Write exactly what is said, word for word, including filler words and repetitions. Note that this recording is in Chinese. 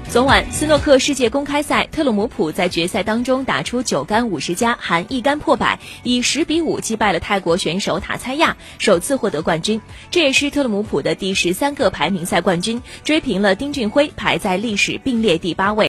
昨晚，斯诺克世界公开赛，特鲁姆普在决赛当中打出九杆五十加，含一杆破百，以十比五击败了泰国选手塔蔡亚，首次获得冠军。这也是特鲁姆普的第十三个排名赛冠军，追平了丁俊晖，排在历史并列第八位。